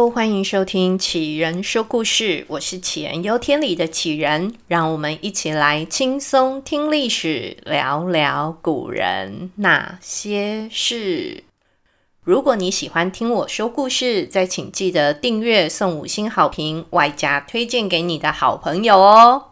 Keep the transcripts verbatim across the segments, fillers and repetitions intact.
Hello， 欢迎收听杞人说故事，我是杞人忧天里的杞人，让我们一起来轻松听历史，聊聊古人那些事。如果你喜欢听我说故事，再请记得订阅、送五星好评，外加推荐给你的好朋友哦。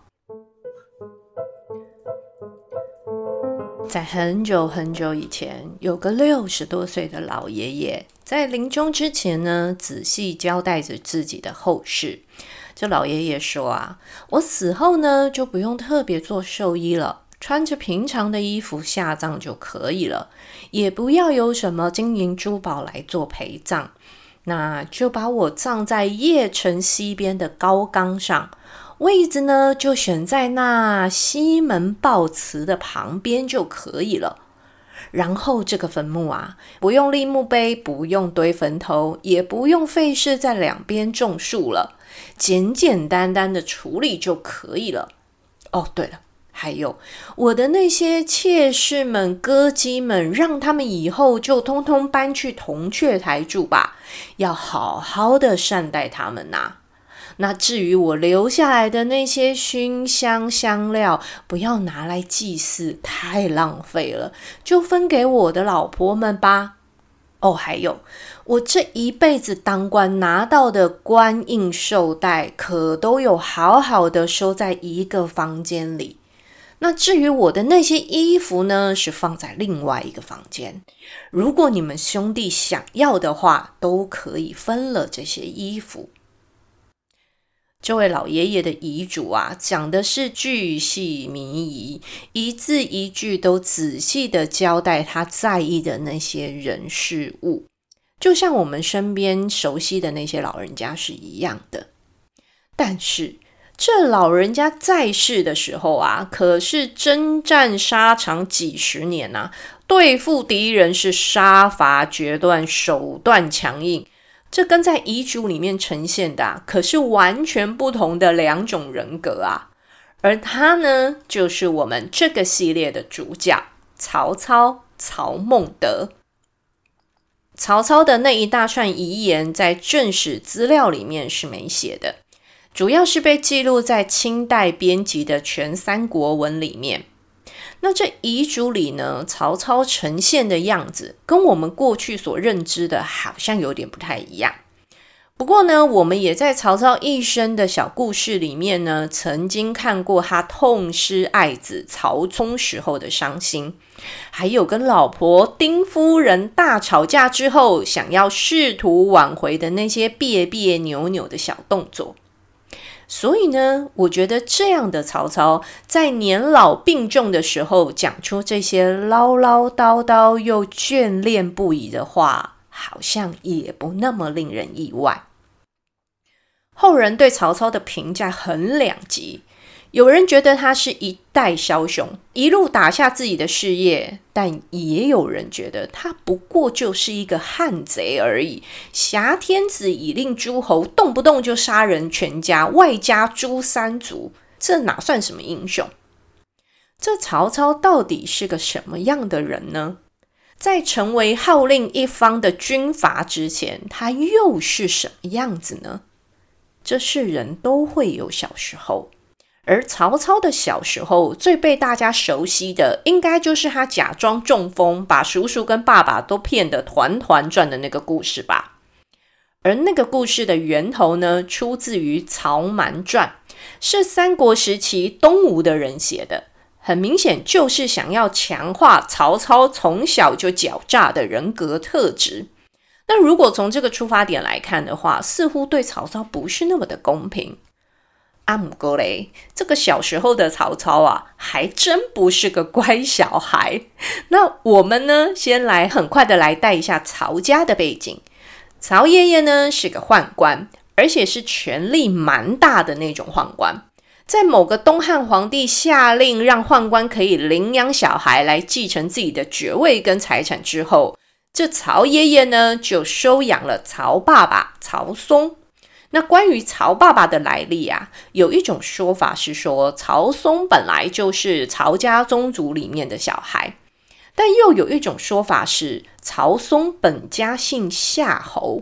在很久很久以前，有个六十多岁的老爷爷，在临终之前呢，仔细交代着自己的后事。这老爷爷说啊，我死后呢，就不用特别做寿衣了，穿着平常的衣服下葬就可以了，也不要有什么金银珠宝来做陪葬，那就把我葬在邺城西边的高冈上，位置呢就选在那西门报祠的旁边就可以了。然后这个坟墓啊，不用立墓碑，不用堆坟头，也不用费事在两边种树了，简简单单的处理就可以了。哦，对了，还有我的那些妾室们、歌姬们，让他们以后就通通搬去铜雀台住吧，要好好的善待他们啊。那至于我留下来的那些熏香香料，不要拿来祭祀，太浪费了，就分给我的老婆们吧。哦，还有我这一辈子当官拿到的官印绶带，可都有好好的收在一个房间里。那至于我的那些衣服呢，是放在另外一个房间。如果你们兄弟想要的话，都可以分了这些衣服。这位老爷爷的遗嘱啊，讲的是巨细靡遗，一字一句都仔细的交代他在意的那些人事物，就像我们身边熟悉的那些老人家是一样的。但是这老人家在世的时候啊，可是征战沙场几十年啊，对付敌人是杀伐决断，手段强硬，这跟在遗嘱里面呈现的啊，可是完全不同的两种人格啊。而他呢，就是我们这个系列的主角曹操，曹孟德。曹操的那一大串遗言在正史资料里面是没写的，主要是被记录在清代编辑的全三国文里面。那这遗嘱里呢，曹操呈现的样子跟我们过去所认知的好像有点不太一样。不过呢，我们也在曹操一生的小故事里面呢，曾经看过他痛失爱子曹冲时候的伤心，还有跟老婆丁夫人大吵架之后想要试图挽回的那些别别扭扭的小动作。所以呢，我觉得这样的曹操在年老病重的时候讲出这些唠唠叨叨又眷恋不已的话，好像也不那么令人意外。后人对曹操的评价很两极，有人觉得他是一代枭雄，一路打下自己的事业，但也有人觉得他不过就是一个汉贼而已，挟天子以令诸侯，动不动就杀人全家，外加诛三族，这哪算什么英雄？这曹操到底是个什么样的人呢？在成为号令一方的军阀之前，他又是什么样子呢？这是人都会有小时候，而曹操的小时候最被大家熟悉的，应该就是他假装中风，把叔叔跟爸爸都骗得团团转的那个故事吧。而那个故事的源头呢，出自于《曹瞒传》，是三国时期东吴的人写的，很明显就是想要强化曹操从小就狡诈的人格特质。那如果从这个出发点来看的话，似乎对曹操不是那么的公平。阿姆哥嘞，这个小时候的曹操啊，还真不是个乖小孩。那我们呢，先来很快的来带一下曹家的背景。曹爷爷呢是个宦官，而且是权力蛮大的那种宦官。在某个东汉皇帝下令让宦官可以领养小孩来继承自己的爵位跟财产之后，这曹爷爷呢就收养了曹爸爸曹嵩。那关于曹爸爸的来历啊，有一种说法是说曹嵩本来就是曹家宗族里面的小孩，但又有一种说法是曹嵩本家姓夏侯，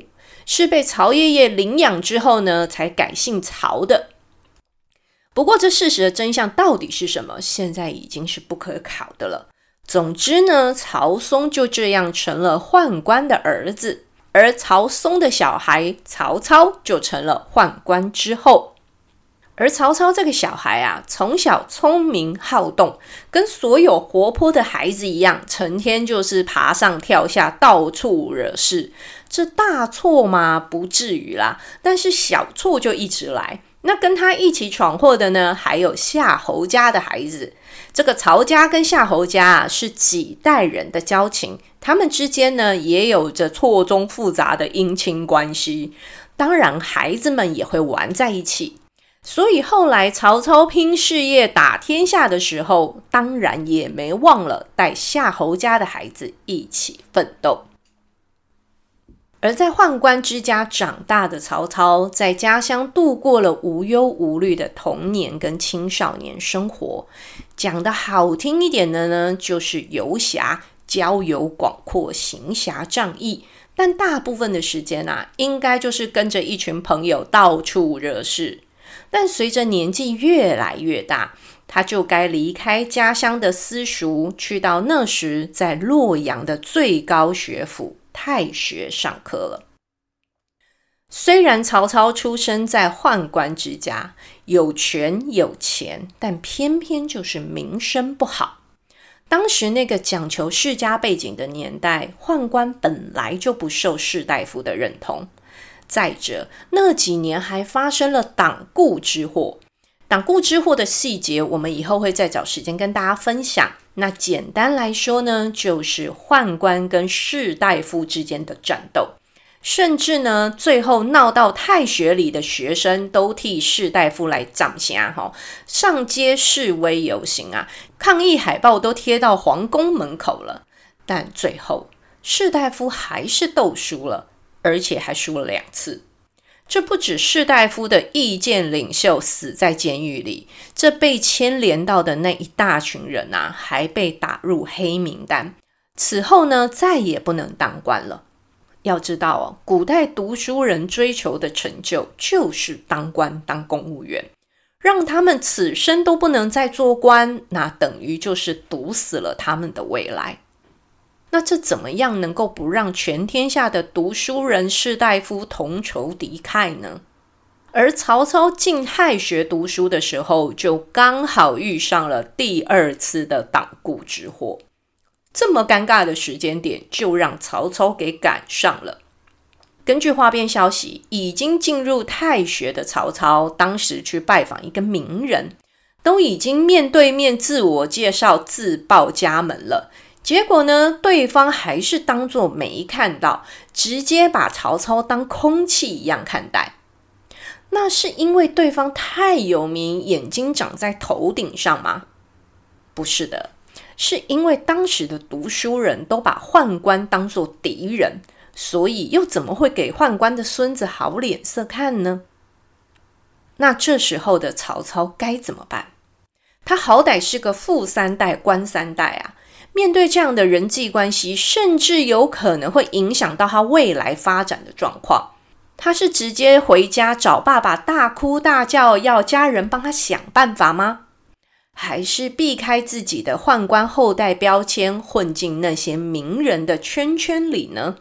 是被曹爷爷领养之后呢，才改姓曹的。不过这事实的真相到底是什么，现在已经是不可考的了。总之呢，曹嵩就这样成了宦官的儿子，而曹嵩的小孩曹操就成了宦官之后。而曹操这个小孩啊，从小聪明好动，跟所有活泼的孩子一样，成天就是爬上跳下，到处惹事。这大错嘛，不至于啦，但是小错就一直来。那跟他一起闯祸的呢，还有夏侯家的孩子。这个曹家跟夏侯家啊，是几代人的交情，他们之间呢，也有着错综复杂的姻亲关系。当然，孩子们也会玩在一起。所以后来曹操拼事业打天下的时候，当然也没忘了带夏侯家的孩子一起奋斗。而在宦官之家长大的曹操，在家乡度过了无忧无虑的童年跟青少年生活。讲得好听一点的呢，就是游侠，交友广阔，行侠仗义。但大部分的时间啊，应该就是跟着一群朋友到处惹事。但随着年纪越来越大，他就该离开家乡的私塾，去到那时在洛阳的最高学府太学上课了。虽然曹操出生在宦官之家，有权有钱，但偏偏就是名声不好。当时那个讲求世家背景的年代，宦官本来就不受士大夫的认同。再者，那几年还发生了党锢之祸。党锢之祸的细节，我们以后会再找时间跟大家分享。那简单来说呢，就是宦官跟士大夫之间的战斗，甚至呢，最后闹到太学里的学生都替士大夫来掌声，上街示威游行啊，抗议海报都贴到皇宫门口了。但最后，士大夫还是斗输了。而且还输了两次。这不止士大夫的意见领袖死在监狱里，这被牵连到的那一大群人啊，还被打入黑名单。此后呢，再也不能当官了。要知道哦，古代读书人追求的成就就是当官当公务员，让他们此生都不能再做官，那等于就是堵死了他们的未来。那这怎么样能够不让全天下的读书人士大夫同仇敌忾呢？而曹操进太学读书的时候，就刚好遇上了第二次的党锢之祸。这么尴尬的时间点，就让曹操给赶上了。根据花边消息，已经进入太学的曹操，当时去拜访一个名人，都已经面对面自我介绍、自报家门了。结果呢，对方还是当作没看到，直接把曹操当空气一样看待。那是因为对方太有名，眼睛长在头顶上吗？不是的，是因为当时的读书人都把宦官当作敌人，所以又怎么会给宦官的孙子好脸色看呢？那这时候的曹操该怎么办？他好歹是个富三代、官三代啊，面对这样的人际关系，甚至有可能会影响到他未来发展的状况。他是直接回家找爸爸大哭大叫，要家人帮他想办法吗？还是避开自己的宦官后代标签，混进那些名人的圈圈里呢？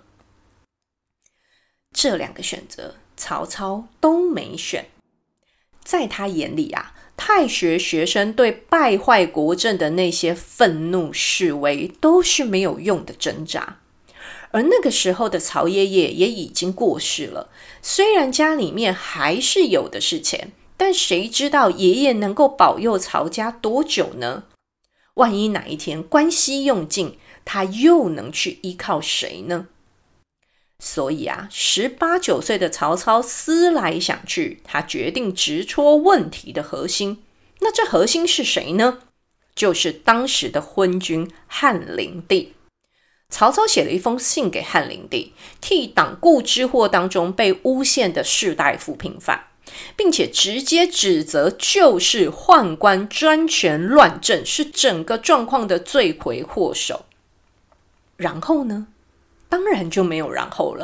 这两个选择，曹操都没选。在他眼里啊，太学学生对败坏国政的那些愤怒示威都是没有用的挣扎。而那个时候的曹爷爷也已经过世了，虽然家里面还是有的是钱，但谁知道爷爷能够保佑曹家多久呢？万一哪一天关系用尽，他又能去依靠谁呢？所以啊，十八九岁的曹操思来想去，他决定直戳问题的核心。那这核心是谁呢？就是当时的昏君汉灵帝。曹操写了一封信给汉灵帝，替党锢之祸当中被诬陷的士大夫平反，并且直接指责就是宦官专权乱政，是整个状况的罪魁祸首。然后呢？当然就没有然后了。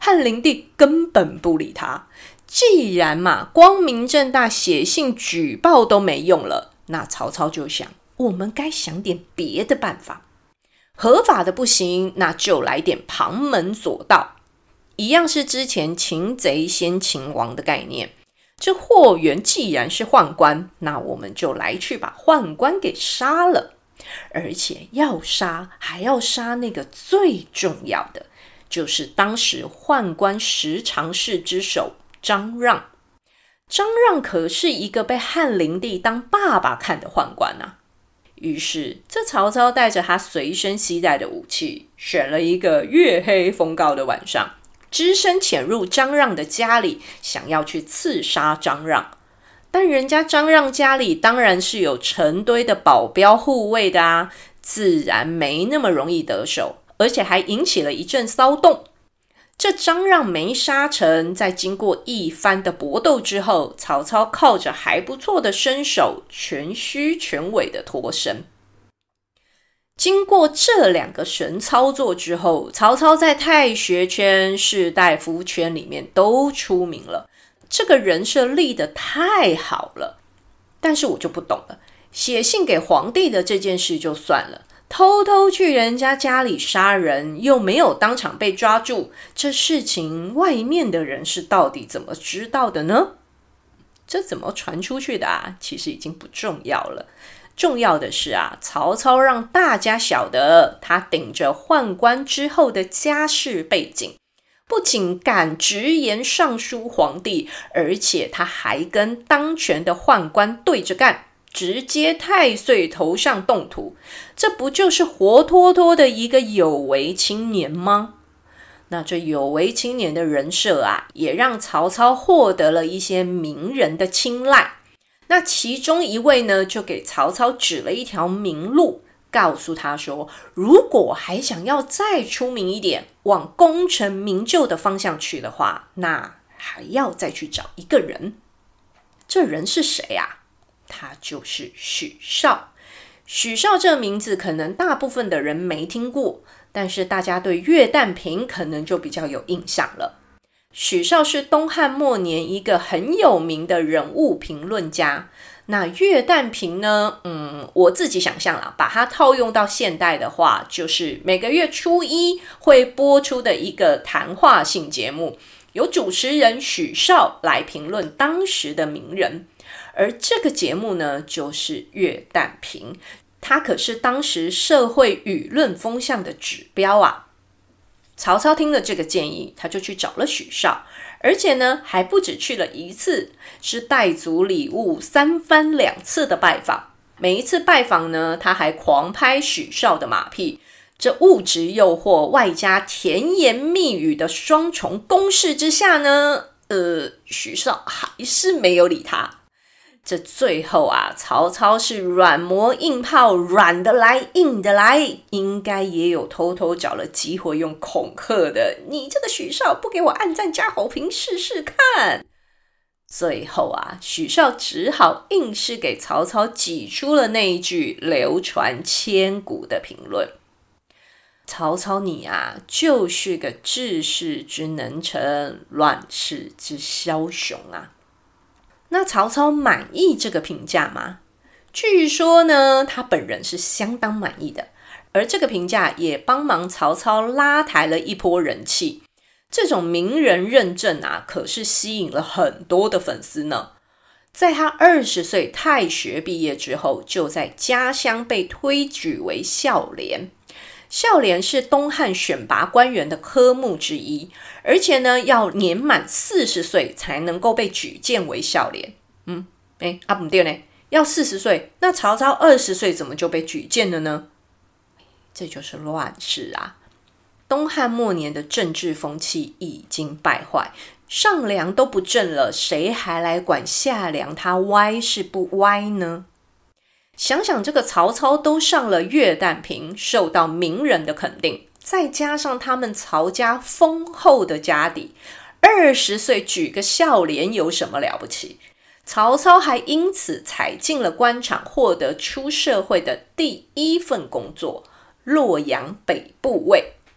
汉灵帝根本不理他。既然嘛，光明正大写信举报都没用了，那曹操就想，我们该想点别的办法。合法的不行，那就来点旁门左道。一样是之前擒贼先擒王的概念。这霍元既然是宦官，那我们就来去把宦官给杀了。而且要杀，还要杀那个最重要的，就是当时宦官十常侍之首张让。张让可是一个被汉灵帝当爸爸看的宦官啊。于是这曹操带着他随身携带的武器，选了一个月黑风高的晚上，只身潜入张让的家里，想要去刺杀张让。但人家张让家里当然是有成堆的保镖护卫的啊，自然没那么容易得手，而且还引起了一阵骚动。这张让没杀成，在经过一番的搏斗之后，曹操靠着还不错的身手，全虚全尾的脱身。经过这两个神操作之后，曹操在太学圈、士大夫圈里面都出名了，这个人设立得太好了。但是我就不懂了，写信给皇帝的这件事就算了，偷偷去人家家里杀人，又没有当场被抓住，这事情外面的人是到底怎么知道的呢？这怎么传出去的啊？其实已经不重要了。重要的是啊，曹操让大家晓得他顶着宦官之后的家世背景，不仅敢直言上书皇帝，而且他还跟当权的宦官对着干，直接太岁头上动土，这不就是活脱脱的一个有为青年吗？那这有为青年的人设啊，也让曹操获得了一些名人的青睐。那其中一位呢，就给曹操指了一条明路，告诉他说，如果还想要再出名一点，往功成名就的方向去的话，那还要再去找一个人。这人是谁啊？他就是许绍。许绍这名字可能大部分的人没听过，但是大家对岳旦平可能就比较有印象了。许绍是东汉末年一个很有名的人物评论家。那岳旦平呢，嗯，我自己想象啦，把它套用到现代的话，就是每个月初一会播出的一个谈话性节目，由主持人许绍来评论当时的名人。而这个节目呢，就是岳旦平，他可是当时社会舆论风向的指标啊。曹操听了这个建议，他就去找了许绍，而且呢，还不止去了一次，是带足礼物三番两次的拜访。每一次拜访呢，他还狂拍许绍的马屁，这物质诱惑外加甜言蜜语的双重攻势之下呢，呃，许绍还是没有理他。这最后啊，曹操是软磨硬泡，软的来硬的来，应该也有偷偷找了机会用恐吓的，你这个许绍不给我按赞加好评试试看。最后啊，许绍只好硬是给曹操挤出了那一句流传千古的评论。曹操你啊，就是个治世之能臣，乱世之枭雄啊。那曹操满意这个评价吗？据说呢，他本人是相当满意的，而这个评价也帮忙曹操拉抬了一波人气。这种名人认证啊，可是吸引了很多的粉丝呢。在他二十岁太学毕业之后，就在家乡被推举为孝廉。孝廉是东汉选拔官员的科目之一，而且呢，要年满四十岁才能够被举荐为孝廉。嗯，哎，啊不对呢，要四十岁，那曹操二十岁怎么就被举荐了呢？这就是乱世啊！东汉末年的政治风气已经败坏，上梁都不正了，谁还来管下梁他歪是不歪呢？想想这个曹操都上了岳旦平，受到名人的肯定，再加上他们曹家丰厚的家底，二十岁举个孝廉有什么了不起？曹操还因此踩进了官场，获得出社会的第一份工作——洛阳北部尉。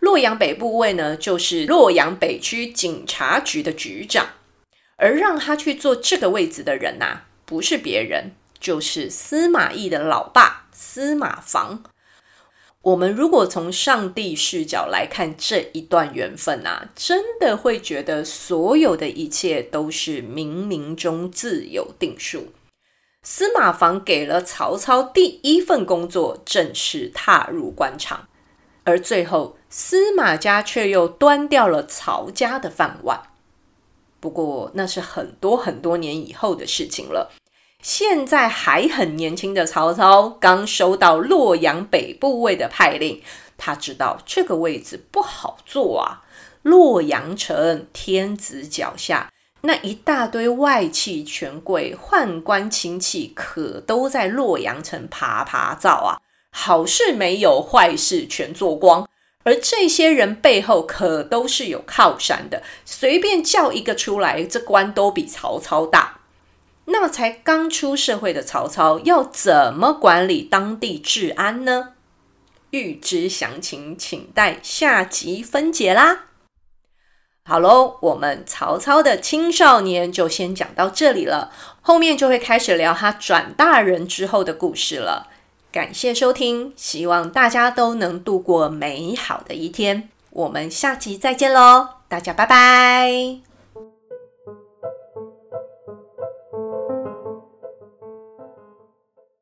洛阳北部尉呢，就是洛阳北区警察局的局长，而让他去做这个位置的人啊，不是别人，就是司马懿的老爸司马防。我们如果从上帝视角来看这一段缘分啊，真的会觉得所有的一切都是冥冥中自有定数。司马防给了曹操第一份工作，正式踏入官场，而最后司马家却又端掉了曹家的饭碗。不过那是很多很多年以后的事情了。现在还很年轻的曹操刚收到洛阳北部尉的派令，他知道这个位置不好做啊。洛阳城天子脚下，那一大堆外戚权贵宦官亲戚可都在洛阳城爬爬灶啊，好事没有，坏事全做光。而这些人背后可都是有靠山的，随便叫一个出来，这官都比曹操大。那才刚出社会的曹操要怎么管理当地治安呢？欲知详情，请待下集分解啦。好咯，我们曹操的青少年就先讲到这里了，后面就会开始聊他转大人之后的故事了。感谢收听，希望大家都能度过美好的一天。我们下集再见咯，大家拜拜。